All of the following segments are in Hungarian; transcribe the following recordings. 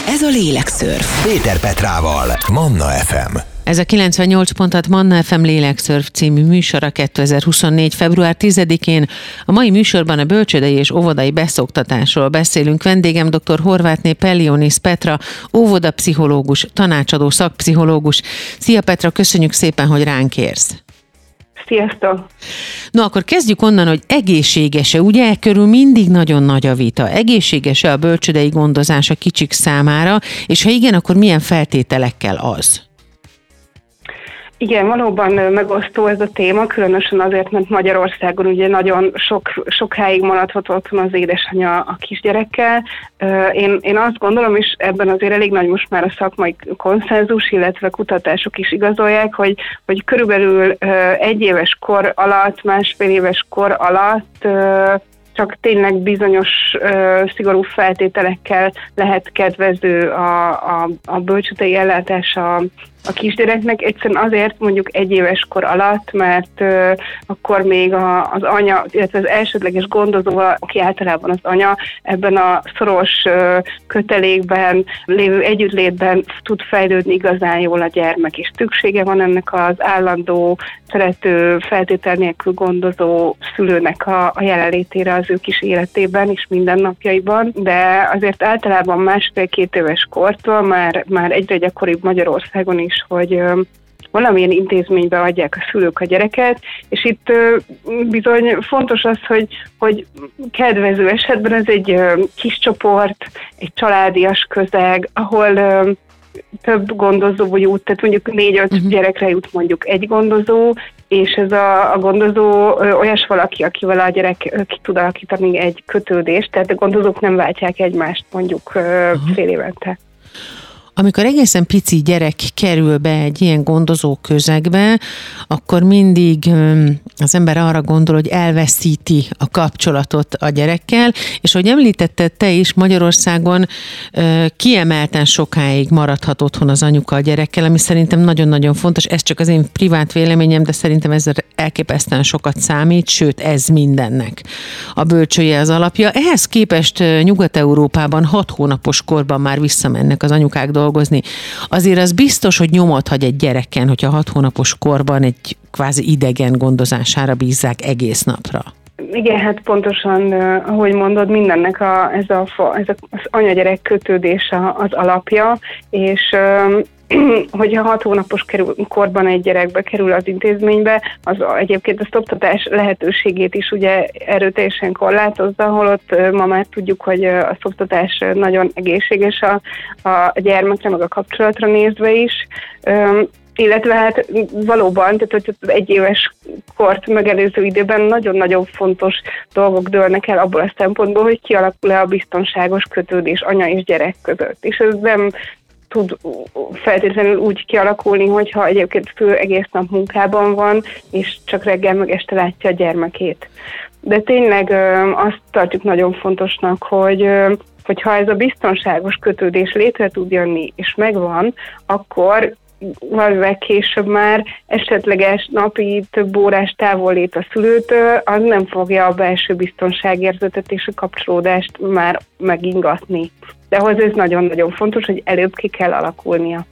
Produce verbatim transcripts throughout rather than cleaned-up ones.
Ez a Lélekszörf. Péter Petrával, Manna ef em. Ez a kilencvennyolc pont hat Manna ef em Lélekszörf című műsora kétezer-huszonnégy. február tizedikén. A mai műsorban a bölcsődei és óvodai beszoktatásról beszélünk. Vendégem dr. Horvátné Pellionis Petra, óvodapszichológus, tanácsadó szakpszichológus. Szia Petra, köszönjük szépen, hogy ránk érsz. Sziasztok! No, akkor kezdjük onnan, hogy egészséges-e, ugye körül mindig nagyon nagy a vita. Egészséges-e a bölcsődei gondozás a kicsik számára, és ha igen, akkor milyen feltételekkel az? Igen, valóban megosztó ez a téma, különösen azért, mert Magyarországon ugye nagyon sok, sokáig maradhat otthon az édesanyja a kisgyerekkel. Én, én azt gondolom, és ebben azért elég nagy most már a szakmai konszenzus, illetve kutatások is igazolják, hogy, hogy körülbelül egy éves kor alatt, másfél éves kor alatt csak tényleg bizonyos uh, szigorú feltételekkel lehet kedvező a, a, a bölcsődei ellátása a kisgyereknek. Egyszerűen azért mondjuk egy éves kor alatt, mert uh, akkor még a, az anya, illetve az elsődleges gondozó, aki általában az anya, ebben a szoros uh, kötelékben lévő együttlétben tud fejlődni igazán jól a gyermek, és szüksége van ennek az állandó, szerető, feltétel nélkül gondozó szülőnek a, a jelenlétére az ő kis életében és mindennapjaiban, de azért általában másfél-két éves kortól már, már egyre gyakoribb Magyarországon is, hogy ö, valamilyen intézménybe adják a szülők a gyereket, és itt ö, bizony fontos az, hogy, hogy kedvező esetben ez egy ö, kis csoport, egy családias közeg, ahol ö, több gondozó jut, tehát mondjuk négy-öt uh-huh. gyerekre jut mondjuk egy gondozó, és ez a, a gondozó ö, olyas valaki, akivel a gyerek ö, ki tud alakítani egy kötődést, tehát a gondozók nem váltják egymást mondjuk ö, uh-huh. fél évente. Amikor egészen pici gyerek kerül be egy ilyen gondozó közegbe, akkor mindig az ember arra gondol, hogy elveszíti a kapcsolatot a gyerekkel, és ahogy említetted te is, Magyarországon kiemelten sokáig maradhat otthon az anyuka a gyerekkel, ami szerintem nagyon-nagyon fontos. Ez csak az én privát véleményem, de szerintem ez elképesztően sokat számít, sőt ez mindennek. A bölcsője az alapja. Ehhez képest Nyugat-Európában hat hónapos korban már visszamennek az anyukák dolgozni. dolgozni. Azért az biztos, hogy nyomot hagy egy gyereken, hogyha hat hónapos korban egy kvázi idegen gondozására bízzák egész napra. Igen, hát pontosan, ahogy mondod, mindennek a, ez, a, ez a, az anya-gyerek kötődés az alapja, és hogyha hat hónapos kerül, korban egy gyerekbe kerül az intézménybe, az egyébként a szoptatás lehetőségét is ugye erőteljesen korlátozza, holott ma már tudjuk, hogy a szoptatás nagyon egészséges a, a gyermekre, meg a kapcsolatra nézve is. Illetve hát valóban, tehát hogy az egyéves kort megelőző időben nagyon-nagyon fontos dolgok dőlnek el abból a szempontból, hogy kialakul-e a biztonságos kötődés anya és gyerek között. És ez nem tud feltétlenül úgy kialakulni, hogyha egyébként fő egész nap munkában van, és csak reggel meg este látja a gyermekét. De tényleg azt tartjuk nagyon fontosnak, hogy hogyha ez a biztonságos kötődés létre tud jönni, és megvan, akkor valamivel később már esetleges napi több órás távollét a szülőtől, az nem fogja a belső biztonságérzetet és a kapcsolódást már megingatni. De ahhoz ez nagyon-nagyon fontos, hogy előbb ki kell alakulnia.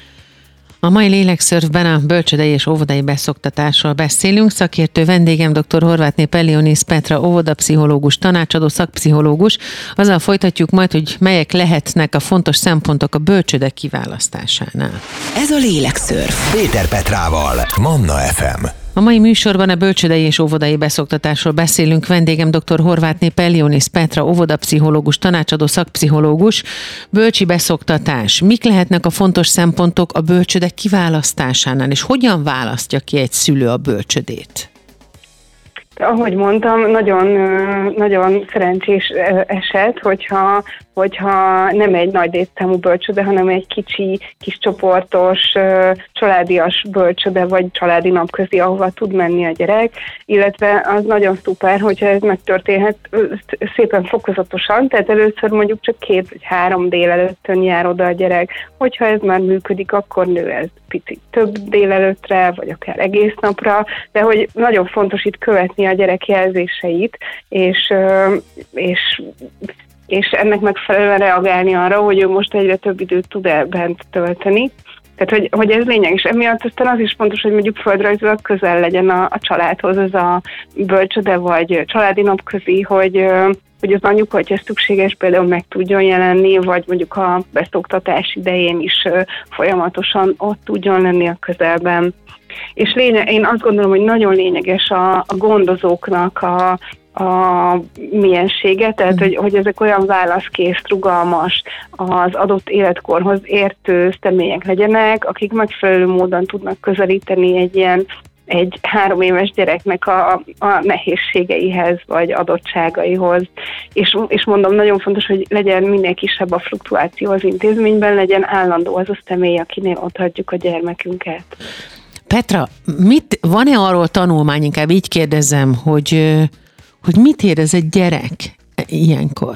A mai Lélekszörfben a bölcsődei és óvodai beszoktatásról beszélünk. Szakértő vendégem dr. Horvátné Pellionis Petra, óvodapszichológus, tanácsadó szakpszichológus. Azzal folytatjuk majd, hogy melyek lehetnek a fontos szempontok a bölcsőde kiválasztásánál. Ez a Lélekszörf. Péter Petrával, Manna ef em. A mai műsorban a bölcsődei és óvodai beszoktatásról beszélünk. Vendégem dr. Horvátné Pellionis Petra, óvodapszichológus, tanácsadó szakpszichológus. Bölcsi beszoktatás. Mik lehetnek a fontos szempontok a bölcsőde kiválasztásánál, és hogyan választja ki egy szülő a bölcsödét? Ahogy mondtam, nagyon, nagyon szerencsés eset, hogyha, hogyha nem egy nagy létszámú bölcsőde, hanem egy kicsi, kis csoportos, családias bölcsőde, vagy családi napközi, ahova tud menni a gyerek, illetve az nagyon szuper, hogyha ez megtörténhet szépen fokozatosan, tehát először mondjuk csak két vagy három délelőttön jár oda a gyerek, hogyha ez már működik, akkor nő ez picit több délelőttre, vagy akár egész napra, de hogy nagyon fontos itt követni a gyerek jelzéseit, és, és és ennek megfelelően reagálni arra, hogy ő most egyre több időt tud el bent tölteni. Tehát, hogy, hogy ez lényeges. Emiatt aztán az is fontos, hogy mondjuk földrajzilag közel legyen a, a családhoz, ez a bölcsöde vagy családi napközi, hogy, hogy az anyuka, hogyha ez szükséges, például meg tudjon jelenni, vagy mondjuk a beszoktatás idején is folyamatosan ott tudjon lenni a közelben. És lényeg, én azt gondolom, hogy nagyon lényeges a, a gondozóknak a a miensége, tehát hogy, hogy ezek olyan válaszkész, rugalmas, az adott életkorhoz értő személyek legyenek, akik megfelelő módon tudnak közelíteni egy ilyen egy három éves gyereknek a, a nehézségeihez, vagy adottságaihoz. És, és mondom, nagyon fontos, hogy legyen minél kisebb a fluktuáció az intézményben, legyen állandó az a személy, akinél otthagyjuk a gyermekünket. Petra, mit, van-e arról tanulmány, inkább így kérdezem, hogy hogy mit érez egy gyerek ilyenkor?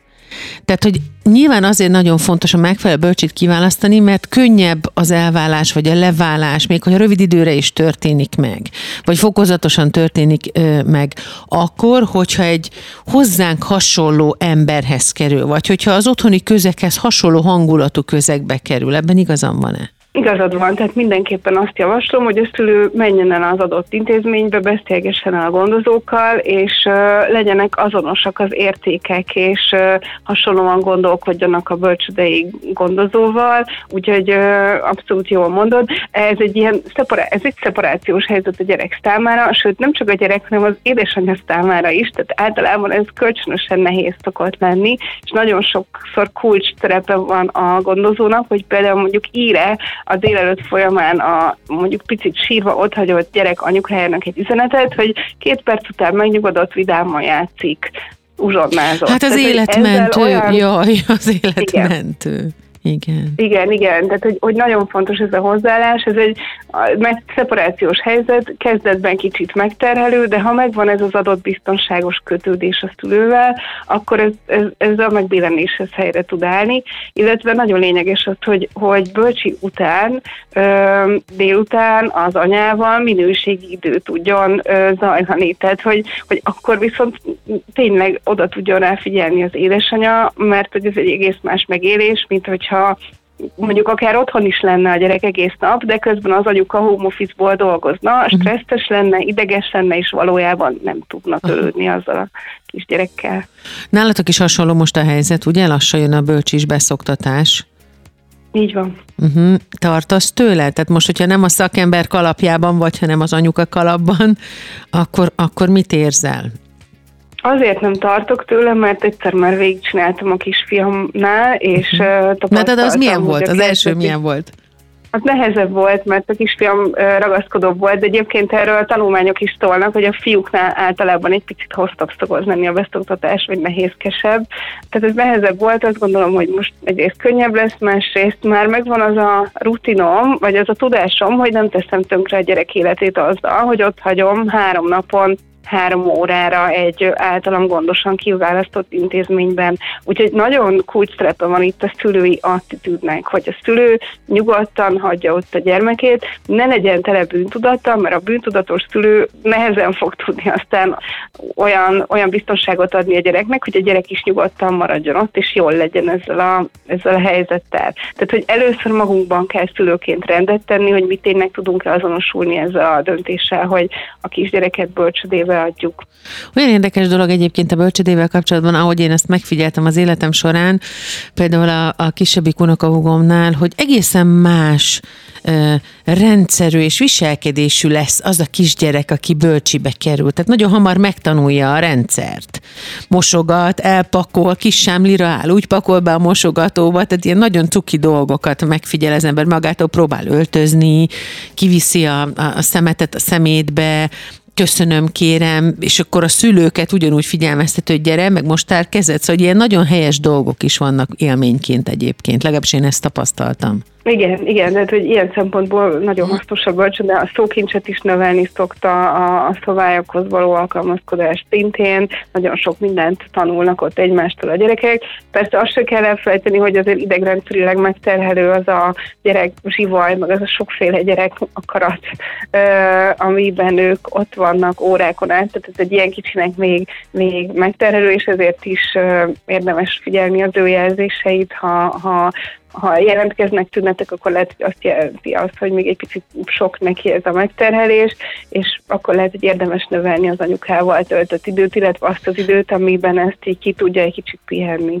Tehát, hogy nyilván azért nagyon fontos a megfelelő bölcsit kiválasztani, mert könnyebb az elválás, vagy a leválás, még hogy rövid időre is történik meg, vagy fokozatosan történik ö, meg, akkor, hogyha egy hozzánk hasonló emberhez kerül, vagy hogyha az otthoni közeghez hasonló hangulatú közegbe kerül. Ebben igazam van-e? Igazad van, tehát mindenképpen azt javaslom, hogy a szülő menjen el az adott intézménybe, beszélgessen el a gondozókkal, és uh, legyenek azonosak az értékek, és uh, hasonlóan gondolkodjanak a bölcsődei gondozóval, úgyhogy uh, abszolút jól mondod. Ez egy ilyen szepara- ez egy szeparációs helyzet a gyerek számára, sőt nem csak a gyerek, hanem az édesanyja számára is, tehát általában ez kölcsönösen nehéz szokott lenni, és nagyon sokszor kulcs szerepe van a gondozónak, hogy például mondjuk ír-e a délelőtt folyamán a mondjuk picit sírva otthagyott gyerek anyukájának egy üzenetet, hogy két perc után megnyugodott, vidáman játszik, uzsonnázott. Hát az tehát, életmentő, olyan... jaj, az életmentő. Igen. Igen. Igen, igen, tehát hogy, hogy nagyon fontos ez a hozzáállás, ez egy szeparációs helyzet, kezdetben kicsit megterhelő, de ha megvan ez az adott biztonságos kötődés a szülővel, akkor ez, ez, ez a megbillenéshez helyre tud állni, illetve nagyon lényeges az, hogy, hogy bölcsi után, ö, délután az anyával minőségi idő tudjon ö, zajlani, tehát hogy, hogy akkor viszont tényleg oda tudjon rá figyelni az édesanya, mert hogy ez egy egész más megélés, mint hogyha ha mondjuk akár otthon is lenne a gyerek egész nap, de közben az anyuka home office-ból dolgozna, stresszes lenne, ideges lenne, és valójában nem tudna törődni azzal a kisgyerekkel. Nálatok is hasonló most a helyzet, ugye? Lassan jön a bölcsis beszoktatás. Így van. Uh-huh. Tartasz tőle? Tehát most, hogyha nem a szakember kalapjában vagy, hanem az anyuka kalapban, akkor, akkor mit érzel? Azért nem tartok tőle, mert egyszer már végigcsináltam a kisfiamnál, és uh-huh. tapasztaltam. Na, de az milyen volt? Az első milyen volt? Az nehezebb volt, mert a kisfiam ragaszkodóbb volt, de egyébként erről a tanulmányok is szólnak, hogy a fiúknál általában egy picit hosszabb szokott lenni a beszoktatás, vagy nehézkesebb. Tehát ez nehezebb volt, azt gondolom, hogy most egyrészt könnyebb lesz, másrészt már megvan az a rutinom, vagy az a tudásom, hogy nem teszem tönkre a gyerek életét azzal, hogy ott hagyom három napon, három órára egy általam gondosan kiválasztott intézményben. Úgyhogy nagyon kulcs szerepe van itt a szülői attitűdnek, hogy a szülő nyugodtan hagyja ott a gyermekét, ne legyen tele bűntudattal, mert a bűntudatos szülő nehezen fog tudni aztán olyan, olyan biztonságot adni a gyereknek, hogy a gyerek is nyugodtan maradjon ott, és jól legyen ezzel a, ezzel a helyzettel. Tehát, hogy először magunkban kell szülőként rendet tenni, hogy mi tényleg tudunk azonosulni ezzel a döntéssel, hogy a kisgyereket bölcsödével adjuk. Olyan érdekes dolog egyébként a bölcsödével kapcsolatban, ahogy én ezt megfigyeltem az életem során, például a, a kisebbik unokahúgomnál, hogy egészen más ö, rendszerű és viselkedésű lesz az a kisgyerek, aki bölcsibe kerül. Tehát nagyon hamar megtanulja a rendszert. Mosogat, elpakol, kis sámlira áll, úgy pakol be a mosogatóba, tehát ilyen nagyon cuki dolgokat megfigyel az ember, magától próbál öltözni, kiviszi a, a szemetet a szemétbe, köszönöm, kérem, és akkor a szülőket ugyanúgy figyelmeztető, hogy gyere, meg most kezed, szóval ilyen nagyon helyes dolgok is vannak élményként egyébként, legalábbis én ezt tapasztaltam. Igen, igen, tehát hogy ilyen szempontból nagyon hasznos a bölcsőde, a szókincset is növelni szokta, a, a szabályokhoz való alkalmazkodás szintén, nagyon sok mindent tanulnak ott egymástól a gyerekek. Persze azt se kell elfelejteni, hogy azért idegrendszerileg megterhelő az a gyerek zsivaj, meg az a sokféle gyerek akarat, amiben ők ott vannak órákon át, tehát ez egy ilyen kicsinek még, még megterhelő, és ezért is érdemes figyelni az ő jelzéseit, ha, ha Ha jelentkeznek tünetek, akkor lehet, hogy azt jelenti azt, hogy még egy picit sok neki ez a megterhelés, és akkor lehet, hogy érdemes növelni az anyukával töltött időt, illetve azt az időt, amiben ezt így ki tudja egy kicsit pihenni.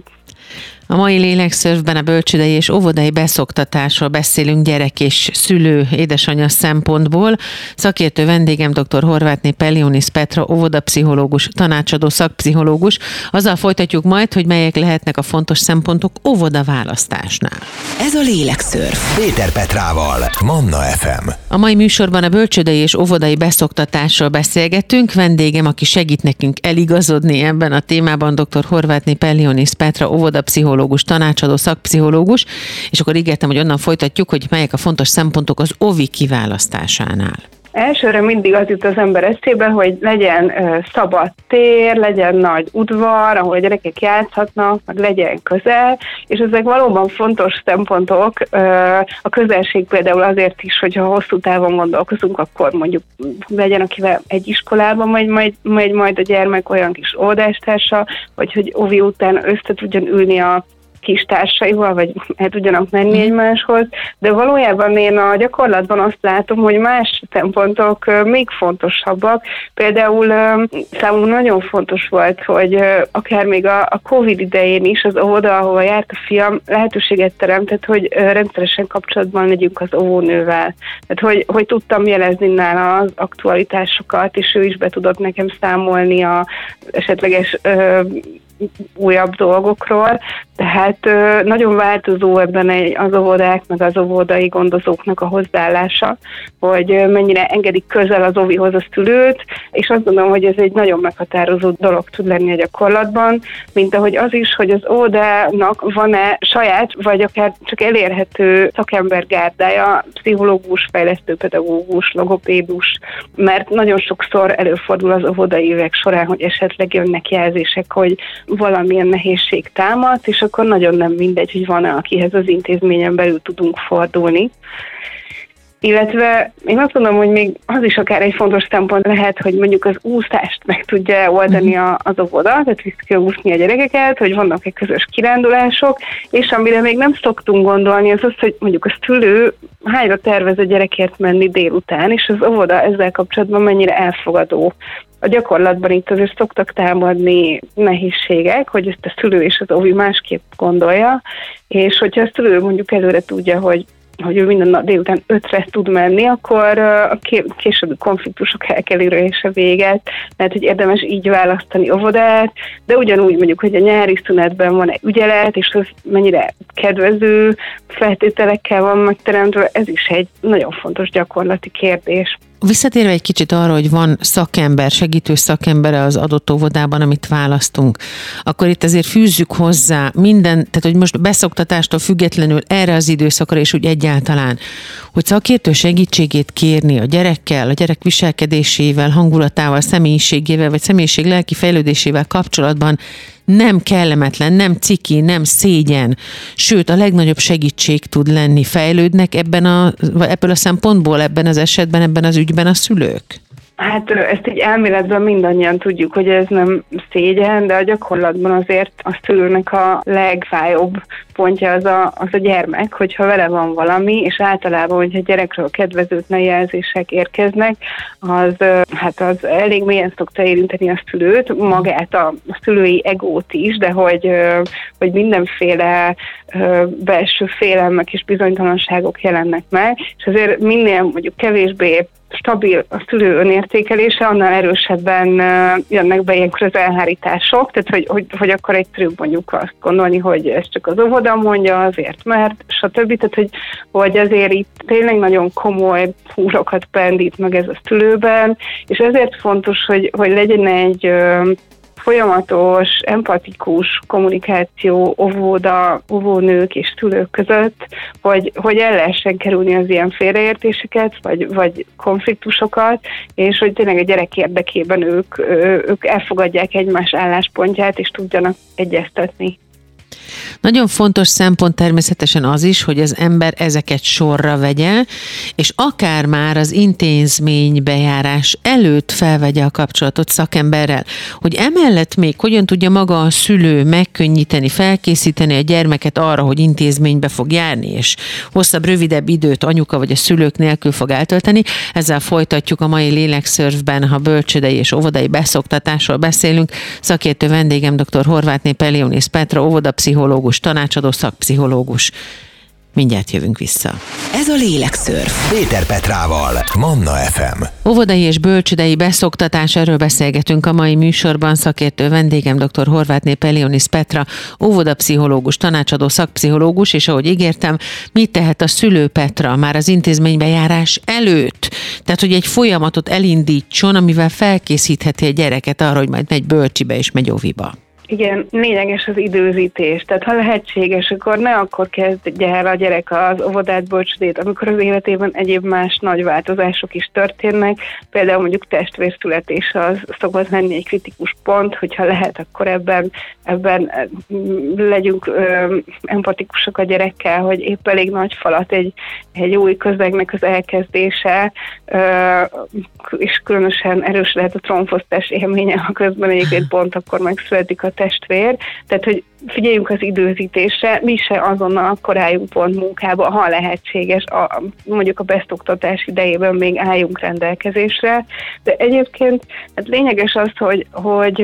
A mai Lélekszörfben a bölcsődei és óvodai beszoktatásról beszélünk gyerek és szülő, édesanyja szempontból. Szakértő vendégem dr. Horvátné Pellionis Petra, óvodapszichológus, tanácsadó szakpszichológus. Azzal folytatjuk majd, hogy melyek lehetnek a fontos szempontok óvodaválasztásnál. Ez a Lélekszörf. Péter Petrával, Manna ef em. A mai műsorban a bölcsődei és óvodai beszoktatásról beszélgetünk. Vendégem, aki segít nekünk eligazodni ebben a témában, dr. Horvátné Pellionis Petra, óvodapszichológus, tanácsadó szakpszichológus, és akkor ígértem, hogy onnan folytatjuk, hogy melyek a fontos szempontok az óvi kiválasztásánál. Elsőre mindig az jut az ember eszébe, hogy legyen ö, szabad tér, legyen nagy udvar, ahol a gyerekek játszhatnak, meg legyen közel, és ezek valóban fontos szempontok. Ö, a közelség például azért is, hogyha hosszú távon gondolkozunk, akkor mondjuk legyen, akivel egy iskolában megy majd, megy majd a gyermek, olyan kis óvodástársa, vagy hogy óvi után össze tudjon ülni a kis társaival, vagy el tudjanak menni egymáshoz, de valójában én a gyakorlatban azt látom, hogy más szempontok még fontosabbak. Például számomra nagyon fontos volt, hogy akár még a, a Covid idején is az óvoda, ahova járt a fiam, lehetőséget teremtett, hogy rendszeresen kapcsolatban legyünk az óvónővel. Tehát, hogy, hogy tudtam jelezni nála az aktualitásokat, és ő is be tudott nekem számolni a esetleges ö, újabb dolgokról, tehát nagyon változó ebben az óvodák, meg az óvodai gondozóknak a hozzáállása, hogy mennyire engedik közel az óvihoz a szülőt, és azt gondolom, hogy ez egy nagyon meghatározó dolog tud lenni a gyakorlatban, mint ahogy az is, hogy az óvodának van-e saját, vagy akár csak elérhető szakembergárdája, pszichológus, fejlesztőpedagógus, logopédus, mert nagyon sokszor előfordul az óvodai évek során, hogy esetleg jönnek jelzések, hogy valamilyen nehézség támad, és akkor nagyon nem mindegy, hogy van-e, akihez az intézményen belül tudunk fordulni. Illetve én azt mondom, hogy még az is akár egy fontos szempont lehet, hogy mondjuk az úszást meg tudja oldani a, az óvoda, tehát vissza kell úszni a gyerekeket, hogy vannak-e közös kirándulások, és amire még nem szoktunk gondolni, az az, hogy mondjuk a szülő hányra tervez a gyerekért menni délután, és az óvoda ezzel kapcsolatban mennyire elfogadó. A gyakorlatban itt azért szoktak támadni nehézségek, hogy ezt a szülő és az óvi másképp gondolja, és hogyha a szülő mondjuk előre tudja, hogy hogy ő minden nap délután ötre tud menni, akkor a későbbi konfliktusok elkerülése véget, mert hogy érdemes így választani óvodát, de ugyanúgy mondjuk, hogy a nyári szünetben van egy ügyelet, és az mennyire kedvező feltételekkel van megteremtve, ez is egy nagyon fontos gyakorlati kérdés. Visszatérve egy kicsit arra, hogy van szakember, segítő szakembere az adott óvodában, amit választunk, akkor itt azért fűzzük hozzá minden, tehát hogy most beszoktatástól függetlenül erre az időszakra, és úgy egyáltalán, hogy szakértő segítségét kérni a gyerekkel, a gyerek viselkedésével, hangulatával, személyiségével, vagy személyiség lelki fejlődésével kapcsolatban nem kellemetlen, nem ciki, nem szégyen, sőt a legnagyobb segítség tud lenni. Fejlődnek ebben a, ebből a szempontból, ebben az esetben, ebben az ügyben a szülők? Hát ezt így elméletben mindannyian tudjuk, hogy ez nem szégyen, de a gyakorlatban azért a szülőnek a legfájóbb pontja az a, az a gyermek, hogyha vele van valami, és általában, hogyha gyerekről kedvezőtlen jelzések érkeznek, az, hát az elég mélyen szokta érinteni a szülőt, magát a, a szülői egót is, de hogy, hogy mindenféle belső félelmek és bizonytalanságok jelennek meg, és azért minél mondjuk kevésbé stabil a szülő önértékelése, annál erősebben jönnek be ilyenkor az elhárítások, tehát hogy, hogy, hogy akkor egyszerűbb mondjuk azt gondolni, hogy ez csak az óvoda mondja, azért mert, stb. Tehát, hogy, hogy azért itt tényleg nagyon komoly húrokat pendít meg ez a szülőben, és ezért fontos, hogy, hogy legyen egy folyamatos, empatikus kommunikáció óvoda, óvónők és szülők között, hogy, hogy el lehessen kerülni az ilyen félreértéseket, vagy, vagy konfliktusokat, és hogy tényleg a gyerek érdekében ők, ők elfogadják egymás álláspontját, és tudjanak egyeztetni. Nagyon fontos szempont természetesen az is, hogy az ember ezeket sorra vegye, és akár már az intézménybejárás előtt felvegye a kapcsolatot szakemberrel, hogy emellett még hogyan tudja maga a szülő megkönnyíteni, felkészíteni a gyermeket arra, hogy intézménybe fog járni, és hosszabb, rövidebb időt anyuka vagy a szülők nélkül fog eltölteni. Ezzel folytatjuk a mai Lélekszörfben, ha bölcsődei és óvodai beszoktatásról beszélünk. Szakértő vendégem dr. Horvátné Pellionis Petra, óvodapszichológus, tanácsadó szakpszichológus. Mindjárt jövünk vissza. Ez a Lélekszörf. Péter Petrával, Manna ef em. Óvodai és bölcsődei beszoktatás, erről beszélgetünk a mai műsorban. Szakértő vendégem dr. Horvátné Pellionis Petra, óvodapszichológus, tanácsadó szakpszichológus, és ahogy ígértem, mit tehet a szülő Petra már az intézménybe járás előtt? Tehát, hogy egy folyamatot elindítson, amivel felkészítheti a gyereket arra, hogy majd megy bölcsibe és megy óviba. Igen, lényeges az időzítés. Tehát ha lehetséges, akkor ne akkor kezdje el a gyerek az óvodát, bölcsődét, amikor az életében egyéb más nagy változások is történnek. Például mondjuk testvérszületés az szokott lenni egy kritikus pont, hogyha lehet, akkor ebben, ebben legyünk ö, empatikusak a gyerekkel, hogy épp elég nagy falat egy, egy új közegnek az elkezdése, ö, és különösen erős lehet a trónfosztás élménye, ha közben egyébként pont akkor megszületik a testvér, tehát hogy figyeljünk az időzítésre, mi se azonnal akkor álljunk pont munkába, ha lehetséges, a, mondjuk a beszoktatás idejében még álljunk rendelkezésre, de egyébként hát lényeges az, hogy, hogy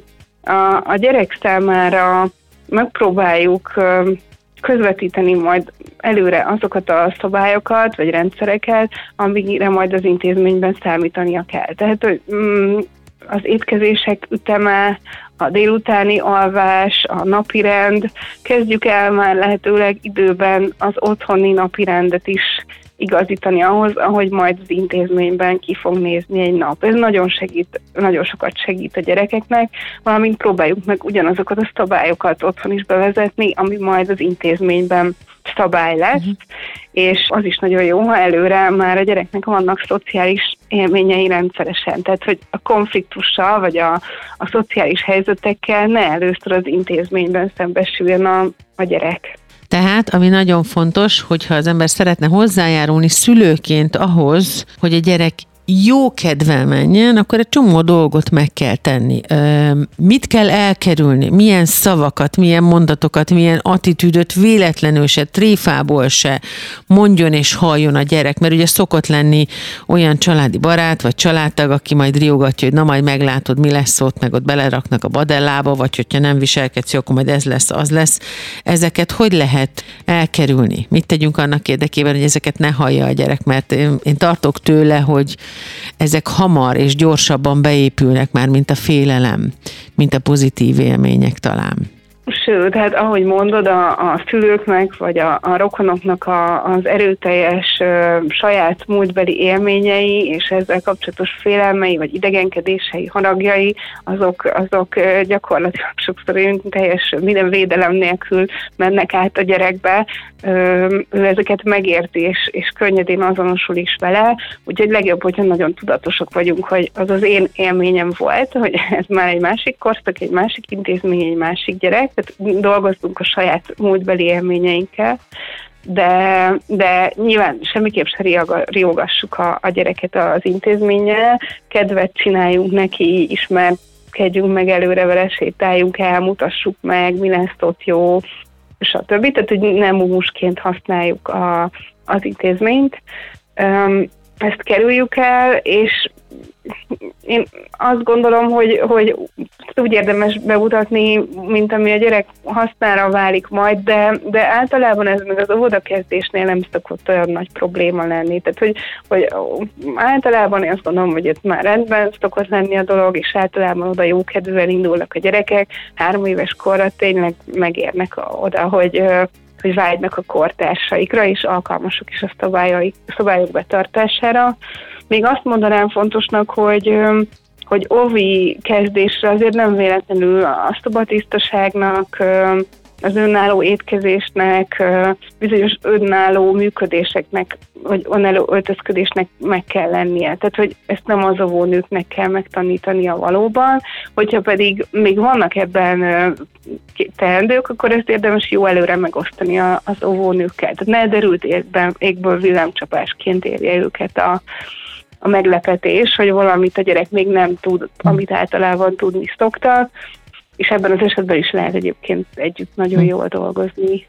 a, a gyerek számára megpróbáljuk közvetíteni majd előre azokat a szabályokat, vagy rendszereket, amire majd az intézményben számítania kell. Tehát, hogy mm, az étkezések üteme, a délutáni alvás, a napirend, kezdjük el már lehetőleg időben az otthoni napirendet is igazítani ahhoz, ahogy majd az intézményben ki fog nézni egy nap. Ez nagyon segít, nagyon sokat segít a gyerekeknek, valamint próbáljuk meg ugyanazokat a szabályokat otthon is bevezetni, ami majd az intézményben szabály lesz, uh-huh. és az is nagyon jó, ha előre már a gyereknek vannak szociális élményei rendszeresen. Tehát, hogy a konfliktussal, vagy a, a szociális helyzetekkel ne először az intézményben szembesüljön a, a gyerek. Tehát, ami nagyon fontos, hogyha az ember szeretne hozzájárulni szülőként ahhoz, hogy a gyerek jó kedvel menjen, akkor egy csomó dolgot meg kell tenni. Mit kell elkerülni? Milyen szavakat, milyen mondatokat, milyen attitűdöt véletlenül se, tréfából se mondjon és halljon a gyerek, mert ugye szokott lenni olyan családi barát, vagy családtag, aki majd riogatja, hogy na majd meglátod, mi lesz ott, meg ott beleraknak a badellába, vagy hogyha nem viselkedsz, akkor majd ez lesz, az lesz. Ezeket hogy lehet elkerülni? Mit tegyünk annak érdekében, hogy ezeket ne hallja a gyerek? Mert én, én tartok tőle, hogy ezek hamar és gyorsabban beépülnek már, mint a félelem, mint a pozitív élmények talán. Sőt, hát ahogy mondod, a, a szülőknek vagy a, a rokonoknak a, az erőteljes ö, saját múltbeli élményei és ezzel kapcsolatos félelmei vagy idegenkedései, haragjai, azok, azok ö, gyakorlatilag sokszor teljes minden védelem nélkül mennek át a gyerekbe. Ö, ő ezeket megérti és, és könnyedén azonosul is vele, úgyhogy legjobb, hogyha nagyon tudatosak vagyunk, hogy az az én élményem volt, hogy ez már egy másik korszak, egy másik intézmény, egy másik gyerek, tehát dolgoztunk a saját múltbeli élményeinkkel, de, de nyilván semmiképp se riogassuk a, a gyereket az intézménnyel, kedvet csináljunk neki, ismerkedjünk meg előre vele, sétáljunk el, mutassuk meg, mi lesz ott jó, stb. Tehát, hogy nem mumusként használjuk a, az intézményt. Um, ezt kerüljük el, és én azt gondolom, hogy, hogy úgy érdemes bemutatni, mint ami a gyerek hasznára válik majd, de, de általában ez meg az óvodakezdésnél nem szokott olyan nagy probléma lenni. Tehát, hogy, hogy általában én azt gondolom, hogy itt már rendben szokott lenni a dolog, és általában oda jókedvűen indulnak a gyerekek. Három éves korra tényleg megérnek oda, hogy hogy vágynak a kortársaikra, és alkalmasok is a szabályok betartására. Még azt mondanám fontosnak, hogy hogy óvi kezdésre azért nem véletlenül a szobatisztaságnak, az önálló étkezésnek, bizonyos önálló működéseknek, vagy önálló öltözködésnek meg kell lennie. Tehát, hogy ezt nem az óvónőknek kell megtanítania valóban, hogyha pedig még vannak ebben teendők, akkor ezt érdemes jó előre megosztani az óvónőkkel. Tehát ne derült égben, égből villámcsapásként érje őket a a meglepetés, hogy valamit a gyerek még nem tud, amit általában tudni szoktak, és ebben az esetben is lehet egyébként együtt nagyon jól dolgozni.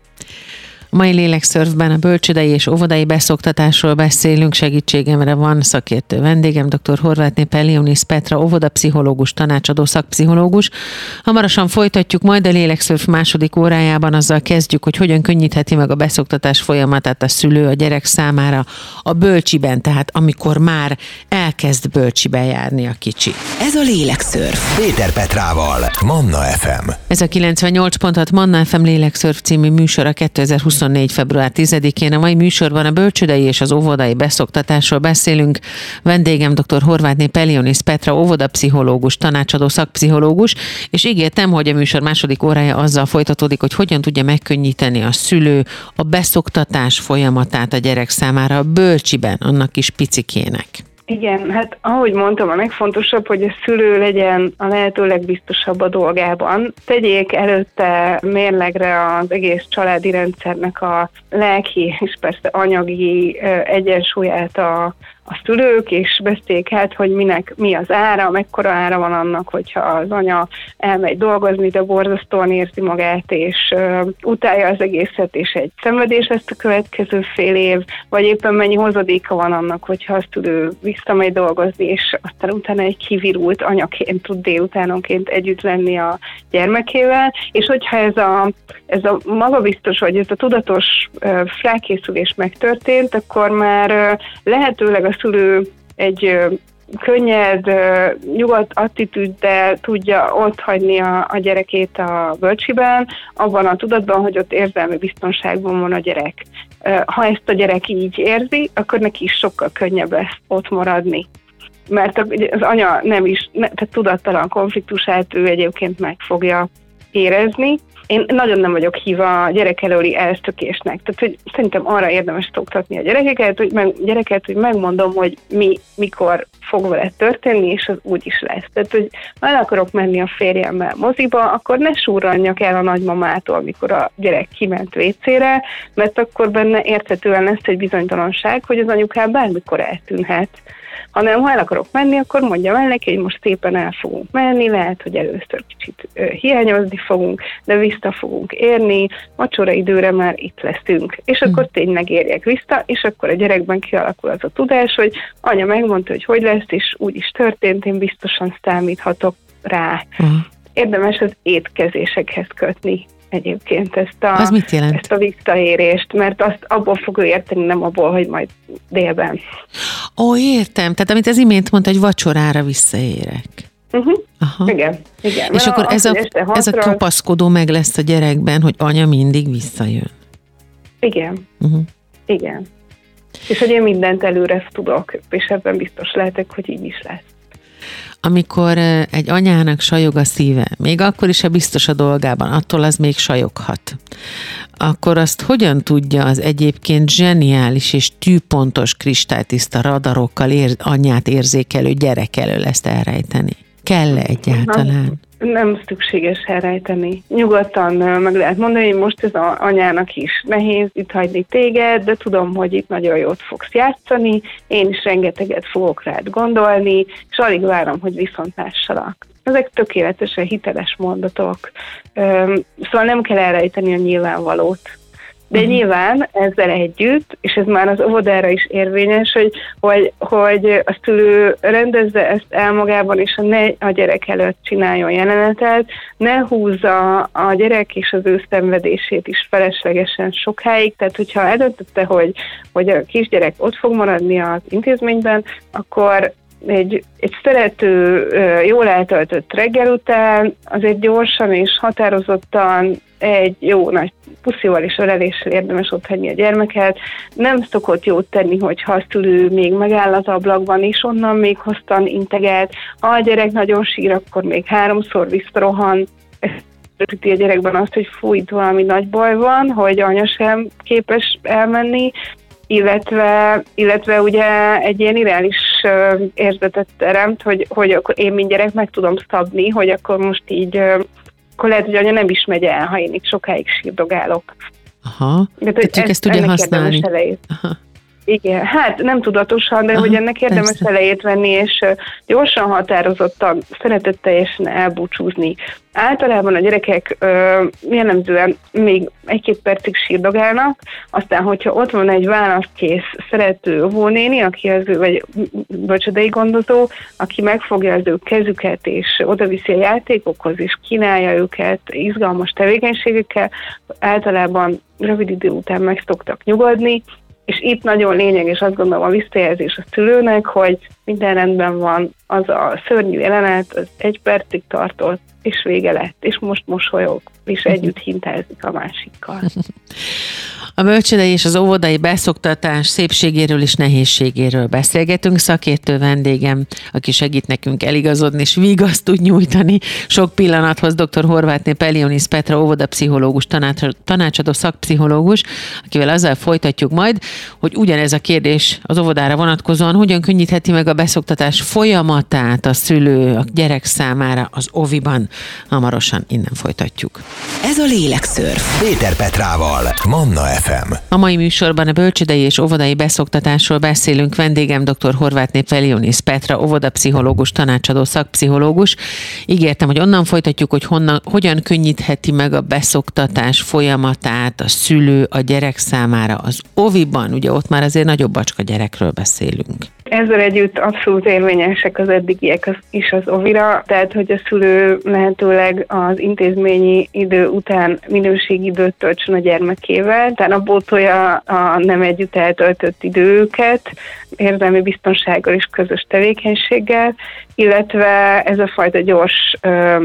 A mai Lélekszörfben a bölcsődei és óvodai beszoktatásról beszélünk, segítségemre van szakértő vendégem, dr. Horvátné Pellionis Petra, óvodapszichológus, tanácsadó szakpszichológus. Hamarosan folytatjuk, majd a Lélekszörf második órájában azzal kezdjük, hogy hogyan könnyítheti meg a beszoktatás folyamatát a szülő a gyerek számára a bölcsiben, tehát amikor már elkezd bölcsibe járni a kicsi. Ez a Lélekszörf. Péter Petrával, Manna ef em. Ez a kilencvennyolc pont hat Manna ef em Lélekszörf című műsora kétezer-huszonnégy február tizedikén. A mai műsorban a bölcsődei és az óvodai beszoktatásról beszélünk. Vendégem dr. Horvátné Pellionis Petra, óvodapszichológus, tanácsadó szakpszichológus, és ígértem, hogy a műsor második órája azzal folytatódik, hogy hogyan tudja megkönnyíteni a szülő a beszoktatás folyamatát a gyerek számára a bölcsiben, annak kis picikének. Igen, hát ahogy mondtam, a legfontosabb, hogy a szülő legyen a lehető legbiztosabb a dolgában. Tegyék előtte mérlegre az egész családi rendszernek a lelki és persze anyagi egyensúlyát a a szülők, és beszéljék át, hogy minek, mi az ára, mekkora ára van annak, hogyha az anya elmegy dolgozni, de borzasztóan érzi magát, és uh, utálja az egészet, és egy szenvedés lesz a következő fél év, vagy éppen mennyi hozadéka van annak, hogyha a szülő visszamegy dolgozni, és aztán utána egy kivirult anyaként tud délutánonként együtt lenni a gyermekével, és hogyha ez a, ez a magabiztos, vagy ez a tudatos uh, felkészülés megtörtént, akkor már uh, lehetőleg a szülő egy ö, könnyed, ö, nyugodt attitűddel tudja ott hagyni a, a gyerekét a bölcsiben, abban a tudatban, hogy ott érzelmi biztonságban van a gyerek. Ö, ha ezt a gyerek így érzi, akkor neki is sokkal könnyebb lesz ott maradni. Mert az anya nem is, ne, tehát tudattalan konfliktusát ő egyébként meg fogja érezni. Én nagyon nem vagyok híva a gyerek előli elszökésnek. Tehát, hogy szerintem arra érdemes szoktatni a gyerekeket, hogy, meg, gyereket, hogy megmondom, hogy mi, mikor fog vele történni, és az úgy is lesz. Tehát, hogy ha el akarok menni a férjemmel moziba, akkor ne súrranjak el a nagymamától, mikor a gyerek kiment vécére, mert akkor benne érthetően lesz egy bizonytalanság, hogy az anyukám bármikor eltűnhet. Hanem ha el akarok menni, akkor mondjam el neki, hogy most szépen el fogunk menni, lehet, hogy először kicsit ö, hiányozni fogunk, de vissza fogunk érni, vacsora időre már itt leszünk. És hmm. akkor tényleg érjek vissza, és akkor a gyerekben kialakul az a tudás, hogy anya megmondta, hogy hogy lesz, és úgy is történt, én biztosan számíthatok rá. Hmm. Érdemes az étkezésekhez kötni egyébként ezt a, az mit jelent? Ezt a visszaérést, mert azt abból fog ő érteni, nem abból, hogy majd délben. Ó, értem. Tehát amit az imént mondta, hogy vacsorára visszaérek. Uh-huh. Aha. Igen, igen. És akkor ez a, ez a kapaszkodó meg lesz a gyerekben, hogy anya mindig visszajön. Igen. Uh-huh. Igen. És hogy én mindent előre tudok, és ebben biztos lehetek, hogy így is lesz. Amikor egy anyának sajog a szíve, még akkor is, ha biztos a dolgában, attól az még sajoghat, akkor azt hogyan tudja az egyébként zseniális és tűpontos kristálytiszta radarokkal ér, anyát érzékelő gyerek elől ezt elrejteni? Kell-e egyáltalán? Nem szükséges elrejteni. Nyugodtan meg lehet mondani, hogy most ez az anyának is nehéz itt hagyni téged, de tudom, hogy itt nagyon jót fogsz játszani, én is rengeteget fogok rád gondolni, és alig várom, hogy viszont lássalak. Ezek tökéletesen hiteles mondatok. Szóval nem kell elrejteni a nyilvánvalót. De uh-huh. nyilván ezzel együtt, és ez már az óvodára is érvényes, hogy, hogy, hogy a szülő rendezze ezt el magában, és ne a gyerek előtt csináljon jelenetet, ne húzza a gyerek és az ő szenvedését is feleslegesen sokáig. Tehát, hogyha eldöntötte, hogy, hogy a kisgyerek ott fog maradni az intézményben, akkor egy, egy szerető, jól eltöltött reggel után azért gyorsan és határozottan egy jó nagy puszival és öleléssel érdemes otthagyni a gyermeket. Nem szokott jót tenni, hogyha a szülő még megáll az ablakban, és onnan még hoztan integet. Ha a gyerek nagyon sír, akkor még háromszor visszarohan. Rögzíti a gyerekben azt, hogy fú, itt valami nagy baj van, hogy anya sem képes elmenni, illetve, illetve ugye egy ilyen irreális érzetet teremt, hogy, hogy akkor én, mint gyerek meg tudom szabni, hogy akkor most így, akkor lehet, hogy anya nem is megy el, ha én itt sokáig sírdogálok. Aha, tehát ők ezt tudja használni. Aha. Igen, hát nem tudatosan, de aha, hogy ennek érdemes persze elejét venni, és gyorsan, határozottan, szeretetteljesen elbúcsúzni. Általában a gyerekek ö, jellemzően még egy-két percig sírdogálnak, aztán, hogyha ott van egy válaszkész, szerető óvónéni, aki az ő, vagy bölcsődei gondozó, aki megfogja az ő kezüket, és odaviszi a játékokhoz, és kínálja őket izgalmas tevékenységekkel, általában rövid idő után meg szoktak nyugodni, és itt nagyon lényeges, azt gondolom, a visszajelzés a szülőnek, hogy minden rendben van, az a szörnyű jelenet, az egy percig tartott, és vége lett, és most mosolyog, és együtt hintázik a másikkal. A bölcsődei és az óvodai beszoktatás szépségéről és nehézségéről beszélgetünk. Szakértő vendégem, aki segít nekünk eligazodni és vigaszt tud nyújtani sok pillanathoz, dr. Horvátné Pellionis Petra, óvodapszichológus, tanácsadó szakpszichológus, akivel azzal folytatjuk majd, hogy ugyanez a kérdés az óvodára vonatkozóan, hogyan könnyítheti meg a beszoktatás folyamatát a szülő, a gyerek számára az óviban. Hamarosan innen folytatjuk. Ez a Lélekszörf. Péter Petrával, Manna ef em. A mai műsorban a bölcsődei és óvodai beszoktatásról beszélünk. Vendégem dr. Horvátné Pellionis Petra, óvodapszichológus, tanácsadó szakpszichológus. Ígértem, hogy onnan folytatjuk, hogy honnan, hogyan könnyítheti meg a beszoktatás folyamatát a szülő a gyerek számára az óviban. Ugye ott már azért nagyobb bacska gyerekről beszélünk. Ezzel együtt abszolút érvényesek az eddigiek is az óvira, tehát hogy a szülő lehetőleg az intézményi idő után minőségidőt töltsön a gyermekével, tehát pótolja a nem együtt eltöltött időket, érzelmi biztonsággal és közös tevékenységgel, illetve ez a fajta gyors ö,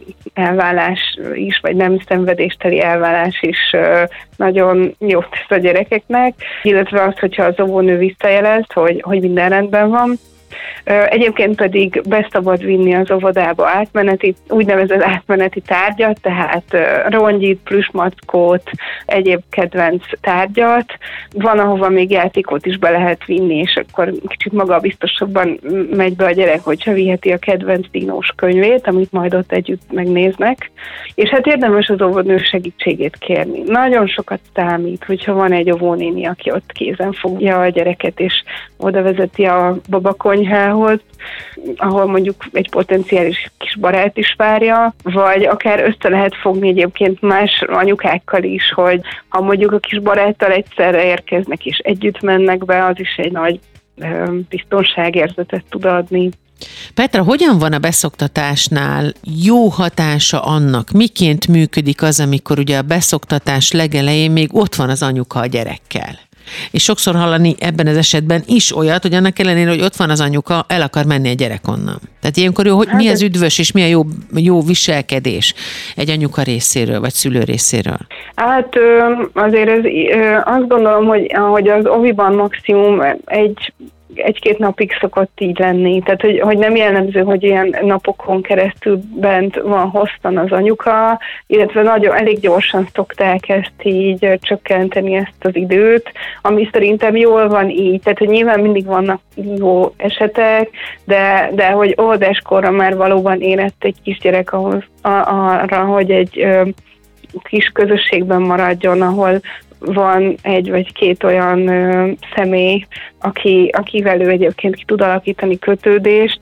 elválás is, vagy nem szenvedésteli elválás is ö, nagyon jót tesz a gyerekeknek, illetve az, hogyha az óvónő visszajelez, hogy, hogy minden rendben van. Egyébként pedig beszabad vinni az óvodába átmeneti, úgynevezett átmeneti tárgyat, tehát rongyit, plüsmackót, egyéb kedvenc tárgyat. Van, ahova még játékot is be lehet vinni, és akkor kicsit magabiztosabban megy be a gyerek, hogyha viheti a kedvenc dinós könyvét, amit majd ott együtt megnéznek. És hát érdemes az óvónő segítségét kérni. Nagyon sokat számít, hogyha van egy óvónéni, aki ott kézen fogja a gyereket, és oda vezeti a babakonyhához, ahol mondjuk egy potenciális kis barát is várja, vagy akár össze lehet fogni egyébként más anyukákkal is, hogy ha mondjuk a kis baráttal egyszerre érkeznek és együtt mennek be, az is egy nagy biztonságérzetet tud adni. Petra, hogyan van a beszoktatásnál jó hatása annak? Miként működik az, amikor ugye a beszoktatás legelején még ott van az anyuka a gyerekkel? És sokszor hallani ebben az esetben is olyat, hogy annak ellenére, hogy ott van az anyuka, el akar menni a gyerek onnan. Tehát ilyenkor jó, hogy mi az üdvös és mi a jó, jó viselkedés egy anyuka részéről, vagy szülő részéről? Hát azért ez, azt gondolom, hogy, hogy az óviban maximum egy egy-két napig szokott így lenni. Tehát, hogy, hogy nem jellemző, hogy ilyen napokon keresztül bent van hosszan az anyuka, illetve nagyon elég gyorsan szokták ezt így csökkenteni, ezt az időt, ami szerintem jól van így. Tehát, hogy nyilván mindig vannak jó esetek, de, de hogy óvodáskorra már valóban érett egy kisgyerek ahhoz, a, arra, hogy egy ö, kis közösségben maradjon, ahol van egy vagy két olyan ö, személy, aki, akivel ő egyébként ki tud alakítani kötődést.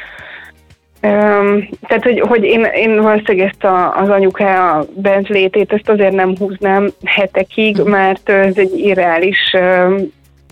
Ö, tehát, hogy, hogy én, én valószínűleg ezt a, az anyuká bent létét, ezt azért nem húznám hetekig, mert ez egy irreális ö,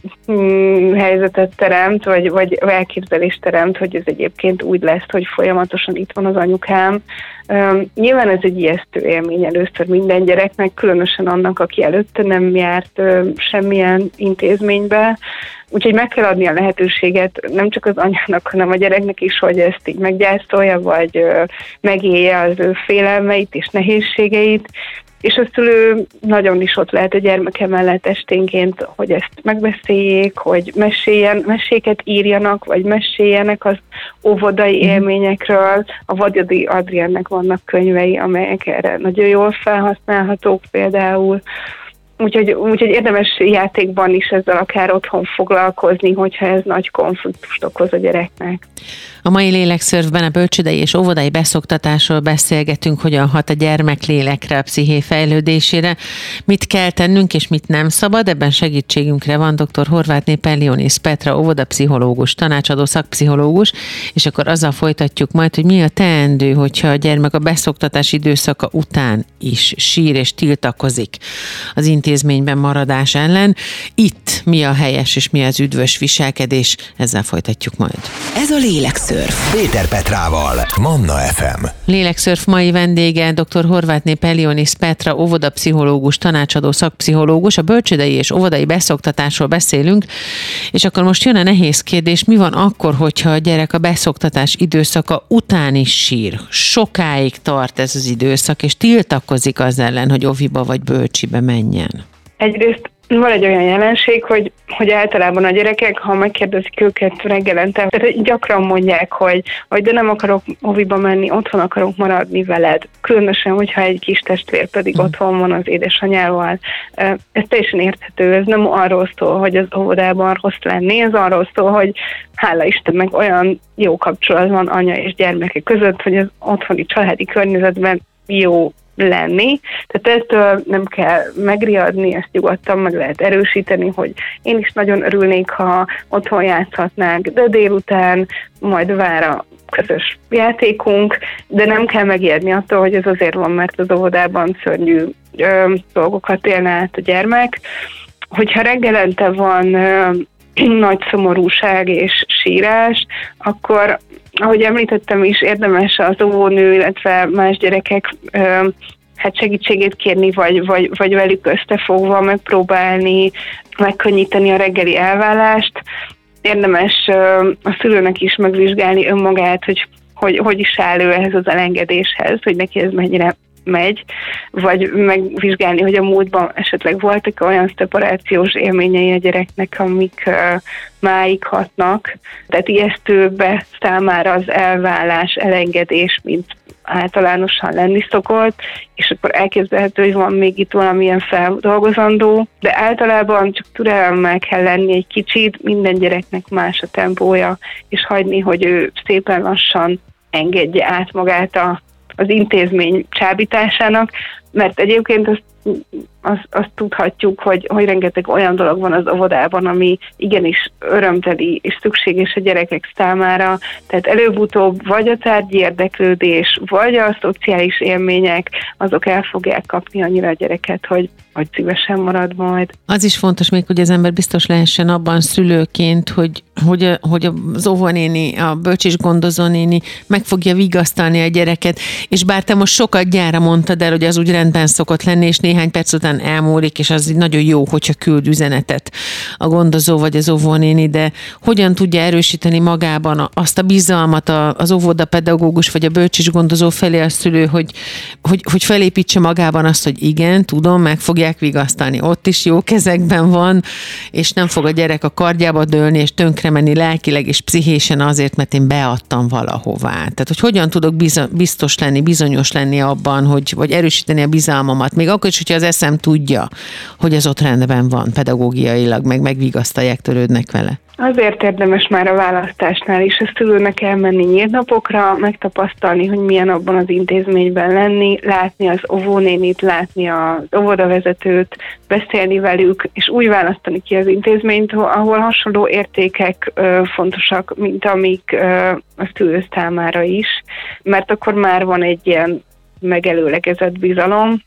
mm, helyzetet teremt, vagy, vagy elképzelést teremt, hogy ez egyébként úgy lesz, hogy folyamatosan itt van az anyukám. Um, nyilván ez egy ijesztő élmény először minden gyereknek, különösen annak, aki előtte nem járt um, semmilyen intézménybe. Úgyhogy meg kell adni a lehetőséget nem csak az anyának, hanem a gyereknek is, hogy ezt így meggyászolja, vagy uh, megélje az ő félelmeit és nehézségeit. És a szülő nagyon is ott lehet a gyermeke mellett esténként, hogy ezt megbeszéljék, hogy meséljen, meséket írjanak, vagy meséljenek az óvodai élményekről. A Vadiadi Adriennek vannak könyvei, amelyek erre nagyon jól felhasználhatók például. Úgyhogy, úgyhogy érdemes játékban is ezzel akár otthon foglalkozni, hogyha ez nagy konfliktust okoz a gyereknek. A mai lélekszörfben a bölcsődei és óvodai beszoktatásról beszélgetünk, hogyan hat a gyermek lélekre, a psziché fejlődésére, mit kell tennünk és mit nem szabad. Ebben segítségünkre van dr. Horvátné Pellionis Petra, óvodapszichológus, tanácsadó szakpszichológus, és akkor azzal folytatjuk majd, hogy mi a teendő, hogyha a gyermek a beszoktatás időszaka után is sír és tiltakozik az intézményben maradás ellen. Itt mi a helyes és mi az üdvös viselkedés, ezzel folytatjuk majd. Ez a Lélekszörf. Péter Petrával, Manna ef em. Lélekszörf mai vendége dr. Horvátné Pellionis Petra, óvodapszichológus, tanácsadó szakpszichológus. A bölcsődei és óvodai beszoktatásról beszélünk, és akkor most jön a nehéz kérdés, mi van akkor, hogyha a gyerek a beszoktatás időszaka után is sír? Sokáig tart ez az időszak, és tiltakozik az ellen, hogy oviba vagy bölcsibe menjen. Egyrészt van egy olyan jelenség, hogy, hogy általában a gyerekek, ha megkérdezik őket reggelente, tehát gyakran mondják, hogy, hogy de nem akarok oviba menni, otthon akarok maradni veled. Különösen, hogyha egy kis testvér pedig otthon van az édesanyával. Ez teljesen érthető, ez nem arról szól, hogy az óvodában rossz lenni, ez arról szól, hogy hála Istennek olyan jó kapcsolat van anya és gyermeke között, hogy az otthoni családi környezetben jó lenni. Tehát ettől nem kell megriadni, ezt nyugodtan meg lehet erősíteni, hogy én is nagyon örülnék, ha otthon játszhatnánk, de délután majd vár a közös játékunk, de nem kell megijedni attól, hogy ez azért van, mert az óvodában szörnyű ö, dolgokat élne át a gyermek. Hogyha reggelente van ö, nagy szomorúság és sírás, akkor, ahogy említettem is, érdemes az óvónő, illetve más gyerekek ö, hát segítségét kérni, vagy, vagy, vagy velük összefogva megpróbálni megkönnyíteni a reggeli elválást. Érdemes ö, a szülőnek is megvizsgálni önmagát, hogy, hogy hogy is áll ő ehhez az elengedéshez, hogy neki ez mennyire megy, vagy megvizsgálni, hogy a múltban esetleg voltak olyan szeparációs élményei a gyereknek, amik uh, máig hatnak. Tehát ijesztőbe számára az elválás, elengedés, mint általánosan lenni szokott, és akkor elképzelhető, hogy van még itt valamilyen feldolgozandó, de általában csak türelemmel kell lenni egy kicsit, minden gyereknek más a tempója, és hagyni, hogy ő szépen lassan engedje át magát a az intézmény csábításának, mert egyébként azt, azt, azt tudhatjuk, hogy, hogy rengeteg olyan dolog van az óvodában, ami igenis örömteli és szükséges a gyerekek számára, tehát előbb-utóbb vagy a tárgyi érdeklődés, vagy a szociális élmények, azok el fogják kapni annyira a gyereket, hogy hogy szívesen marad majd. Az is fontos még, hogy az ember biztos lehessen abban szülőként, hogy, hogy, hogy az óvónéni, a bölcsés gondozónéni meg fogja vigasztalni a gyereket, és bár te most sokat gyára mondtad el, hogy az úgy rendben szokott lenni, és néhány perc után elmúlik, és az nagyon jó, hogyha küld üzenetet a gondozó vagy az óvónéni, de hogyan tudja erősíteni magában azt a bizalmat az óvodapedagógus vagy a bölcsés gondozó felé a szülő, hogy, hogy, hogy felépítse magában azt, hogy igen, tudom, meg fogja vigasztalni. Ott is jó kezekben van, és nem fog a gyerek a kardjába dőlni, és tönkre menni lelkileg és pszichésen azért, mert én beadtam valahová. Tehát, hogy hogyan tudok biztos lenni, bizonyos lenni abban, hogy, vagy erősíteni a bizalmamat, még akkor is, hogyha az eszem tudja, hogy ez ott rendben van pedagógiailag, meg megvigasztalják, törődnek vele. Azért érdemes már a választásnál is a szülőnek elmenni nyílt napokra, megtapasztalni, hogy milyen abban az intézményben lenni, látni az óvónénit, látni az óvodavezetőt, beszélni velük, és úgy választani ki az intézményt, ahol hasonló értékek ö, fontosak, mint amik ö, a szülő számára is, mert akkor már van egy ilyen megelőlegezett bizalom,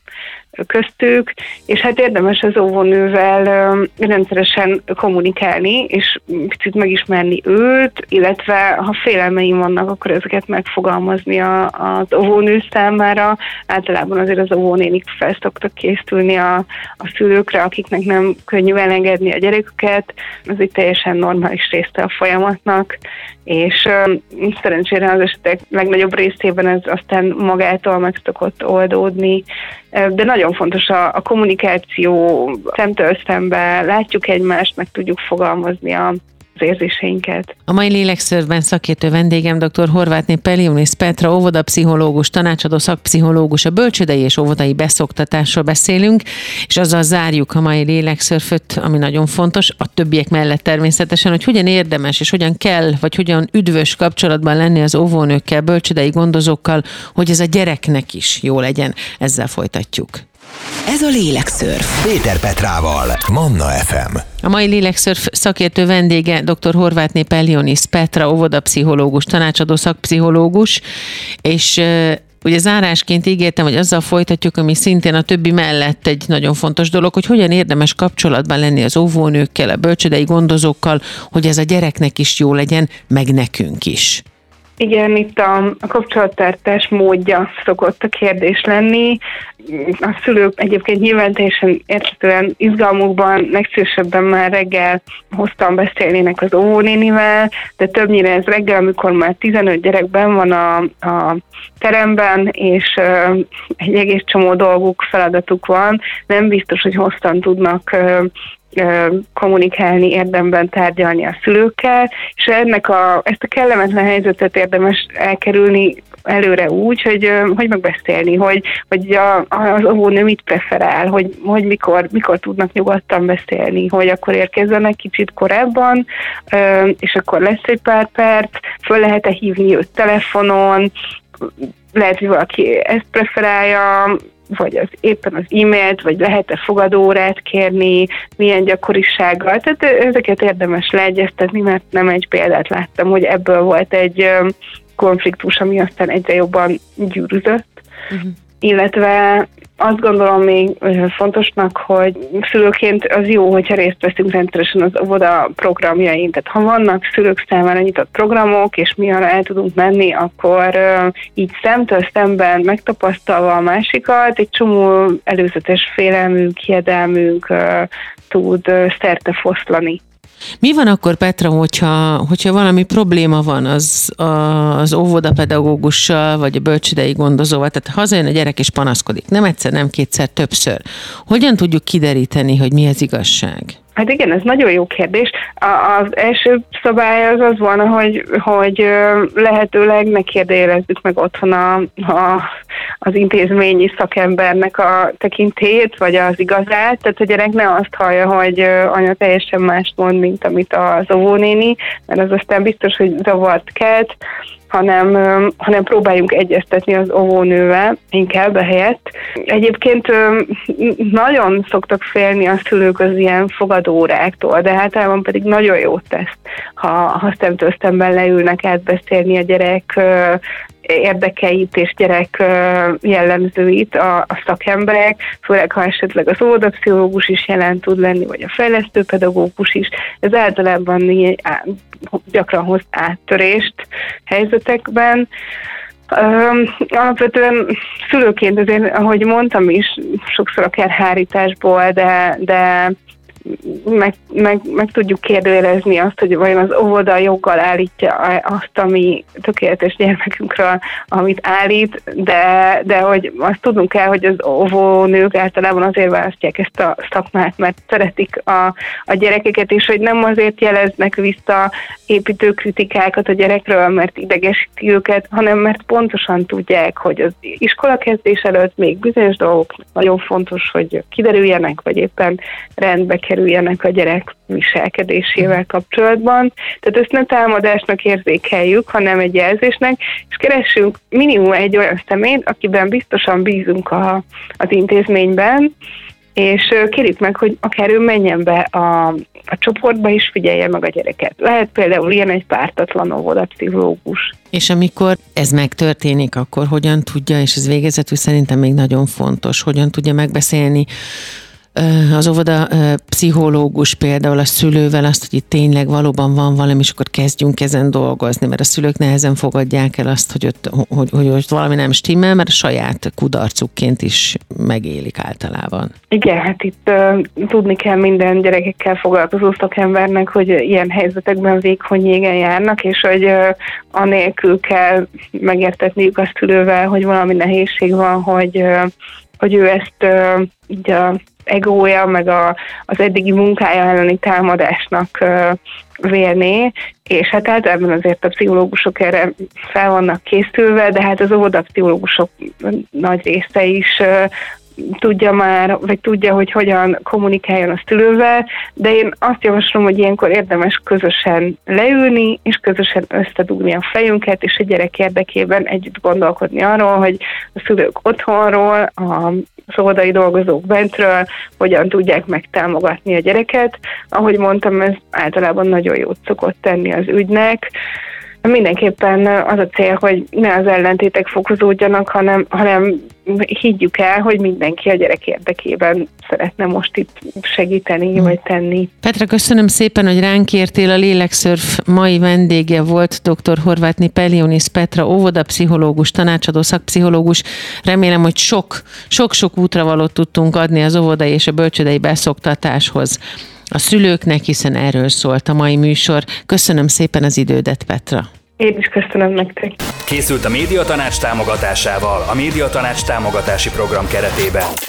köztük, és hát érdemes az óvónővel rendszeresen kommunikálni, és picit megismerni őt, illetve ha félelmeim vannak, akkor ezeket megfogalmazni a, az óvónő számára. Általában azért az óvónénik fel szoktak készülni a, a szülőkre, akiknek nem könnyű elengedni a gyereküket. Ez egy teljesen normális része a folyamatnak, és uh, szerencsére az esetek legnagyobb részében ez aztán magától meg szokott oldódni, de nagyon fontos a, a kommunikáció, szemtől szembe látjuk egymást, meg tudjuk fogalmazni a az érzéseinket. A mai lélekszörfben szakértő vendégem dr. Horvátné Pellionis Petra, óvodapszichológus, tanácsadó szakpszichológus, a bölcsődei és óvodai beszoktatásról beszélünk, és azzal zárjuk a mai lélekszörföt, ami nagyon fontos, a többiek mellett természetesen, hogy hogyan érdemes és hogyan kell, vagy hogyan üdvös kapcsolatban lenni az óvónőkkel, bölcsődei gondozókkal, hogy ez a gyereknek is jó legyen. Ezzel folytatjuk. Ez a lélekszörf. Péter Petrával, Manna ef em. A mai lélekszörf szakértő vendége dr. Horvátné Pellionis Petra, óvodapszichológus, tanácsadó szakpszichológus, és ugye zárásként ígértem, hogy azzal folytatjuk, ami szintén a többi mellett egy nagyon fontos dolog, hogy hogyan érdemes kapcsolatban lenni az óvónőkkel, a bölcsődei gondozókkal, hogy ez a gyereknek is jó legyen, meg nekünk is. Igen, itt a, a kapcsolattartás módja szokott a kérdés lenni. A szülők egyébként nyilván teljesen érthetően izgalmukban legszívesebben már reggel hoztam beszélnének az óvónénivel, de többnyire ez reggel, amikor már tizenöt gyerekben van a, a teremben, és uh, egy egész csomó dolguk, feladatuk van, nem biztos, hogy hosszan tudnak uh, kommunikálni, érdemben tárgyalni a szülőkkel, és ennek a, ezt a kellemetlen helyzetet érdemes elkerülni előre úgy, hogy, hogy megbeszélni, hogy, hogy a, az óvónő mit preferál, hogy, hogy mikor, mikor tudnak nyugodtan beszélni, hogy akkor érkezzenek kicsit korábban, és akkor lesz egy pár perc, föl lehet-e hívni őt telefonon, lehet, hogy valaki ezt preferálja, vagy az, éppen az e-mailt, vagy lehet-e fogadórát kérni, milyen gyakorisággal. Tehát ezeket érdemes leegyeztetni, mert nem egy példát láttam, hogy ebből volt egy konfliktus, ami aztán egyre jobban gyűrűzött. Uh-huh. Illetve azt gondolom még fontosnak, hogy szülőként az jó, hogyha részt veszünk rendszeresen az óvoda programjain. Tehát ha vannak szülők számára nyitott programok, és mi arra el tudunk menni, akkor így szemtől szemben megtapasztalva a másikat, egy csomó előzetes félelmünk, hiedelmünk tud szerte foszlani. Mi van akkor, Petra, hogyha, hogyha valami probléma van az, az óvodapedagógussal, vagy a bölcsődei gondozóval, tehát hazajön a gyerek és panaszkodik, nem egyszer, nem kétszer, többször. Hogyan tudjuk kideríteni, hogy mi az igazság? Hát igen, ez nagyon jó kérdés. Az első szabály az az volna, hogy, hogy lehetőleg ne kérdőjelezzük meg otthon a, a, az intézményi szakembernek a tekintélyét, vagy az igazát. Tehát a gyerek ne azt hallja, hogy anya teljesen mást mond, mint amit az óvónéni, mert az aztán biztos, hogy zavart kelt, hanem, hanem próbáljunk egyeztetni az óvónővel, inkább ehelyett. Egyébként nagyon szoktak félni a szülők az ilyen fogadóóráktól, de általában pedig nagyon jót tesz, ha, ha szemtől szemben leülnek átbeszélni a gyerek érdekeit és gyerek jellemzőit a, a szakemberek, főleg ha esetleg az óvodapszichológus is jelen tud lenni, vagy a fejlesztő pedagógus is. Ez általában így, á, gyakran hoz áttörést helyzetekben. Um, alapvetően szülőként azért, ahogy mondtam is, sokszor akár hárításból, de, de Meg, meg, meg tudjuk kérdőjelezni azt, hogy vajon az óvoda joggal állítja azt, ami tökéletes gyermekünkről, amit állít, de, de hogy azt tudnunk kell, hogy az óvónők általában azért választják ezt a szakmát, mert szeretik a, a gyerekeket, és hogy nem azért jeleznek vissza építő kritikákat a gyerekről, mert idegesíti őket, hanem mert pontosan tudják, hogy az iskolakezdés előtt még bizonyos dolgok nagyon fontos, hogy kiderüljenek, vagy éppen rendbe kerüljenek a gyerek viselkedésével kapcsolatban. Tehát ezt nem támadásnak érzékeljük, hanem egy jelzésnek, és keressünk minimum egy olyan személyt, akiben biztosan bízunk a, az intézményben, és kérjük meg, hogy akár ő menjen be a, a csoportba, és figyelje meg a gyereket. Lehet például ilyen egy pártatlan óvodapszichológus. És amikor ez megtörténik, akkor hogyan tudja, és ez végezetül szerintem még nagyon fontos, hogyan tudja megbeszélni az óvoda pszichológus például a szülővel azt, hogy itt tényleg valóban van valami, és akkor kezdjünk ezen dolgozni, mert a szülők nehezen fogadják el azt, hogy ott, hogy, hogy ott valami nem stimmel, mert a saját kudarcukként is megélik általában. Igen, hát itt uh, tudni kell minden gyerekekkel foglalkozó szakembernek, hogy ilyen helyzetekben vékony jégen járnak, és hogy uh, anélkül kell megértetniük a szülővel, hogy valami nehézség van, hogy, uh, hogy ő ezt uh, így a egója, meg a, az eddigi munkája elleni támadásnak uh, vélné, és hát általában azért a pszichológusok erre fel vannak készülve, de hát az óvodapszichológusok nagy része is uh, tudja már, vagy tudja, hogy hogyan kommunikáljon a szülővel, de én azt javaslom, hogy ilyenkor érdemes közösen leülni, és közösen összedugni a fejünket, és a gyerek érdekében együtt gondolkodni arról, hogy a szülők otthonról, az óvodai dolgozók bentről hogyan tudják megtámogatni a gyereket. Ahogy mondtam, ez általában nagyon jót szokott tenni az ügynek. Mindenképpen az a cél, hogy ne az ellentétek fokozódjanak, hanem, hanem higgyük el, hogy mindenki a gyerek érdekében szeretne most itt segíteni, hmm. vagy tenni. Petra, köszönöm szépen, hogy ránk értél. A Lélekszörf mai vendége volt dr. Horváthy Pellionis Petra, óvodapszichológus, tanácsadó szakpszichológus. Remélem, hogy sok, sok-sok útravalót tudtunk adni az óvodai és a bölcsődei beszoktatáshoz a szülőknek, hiszen erről szólt a mai műsor. Köszönöm szépen az idődet, Petra. Én is köszönöm nektek. Készült a Médiatanács támogatásával a Médiatanács támogatási program keretében.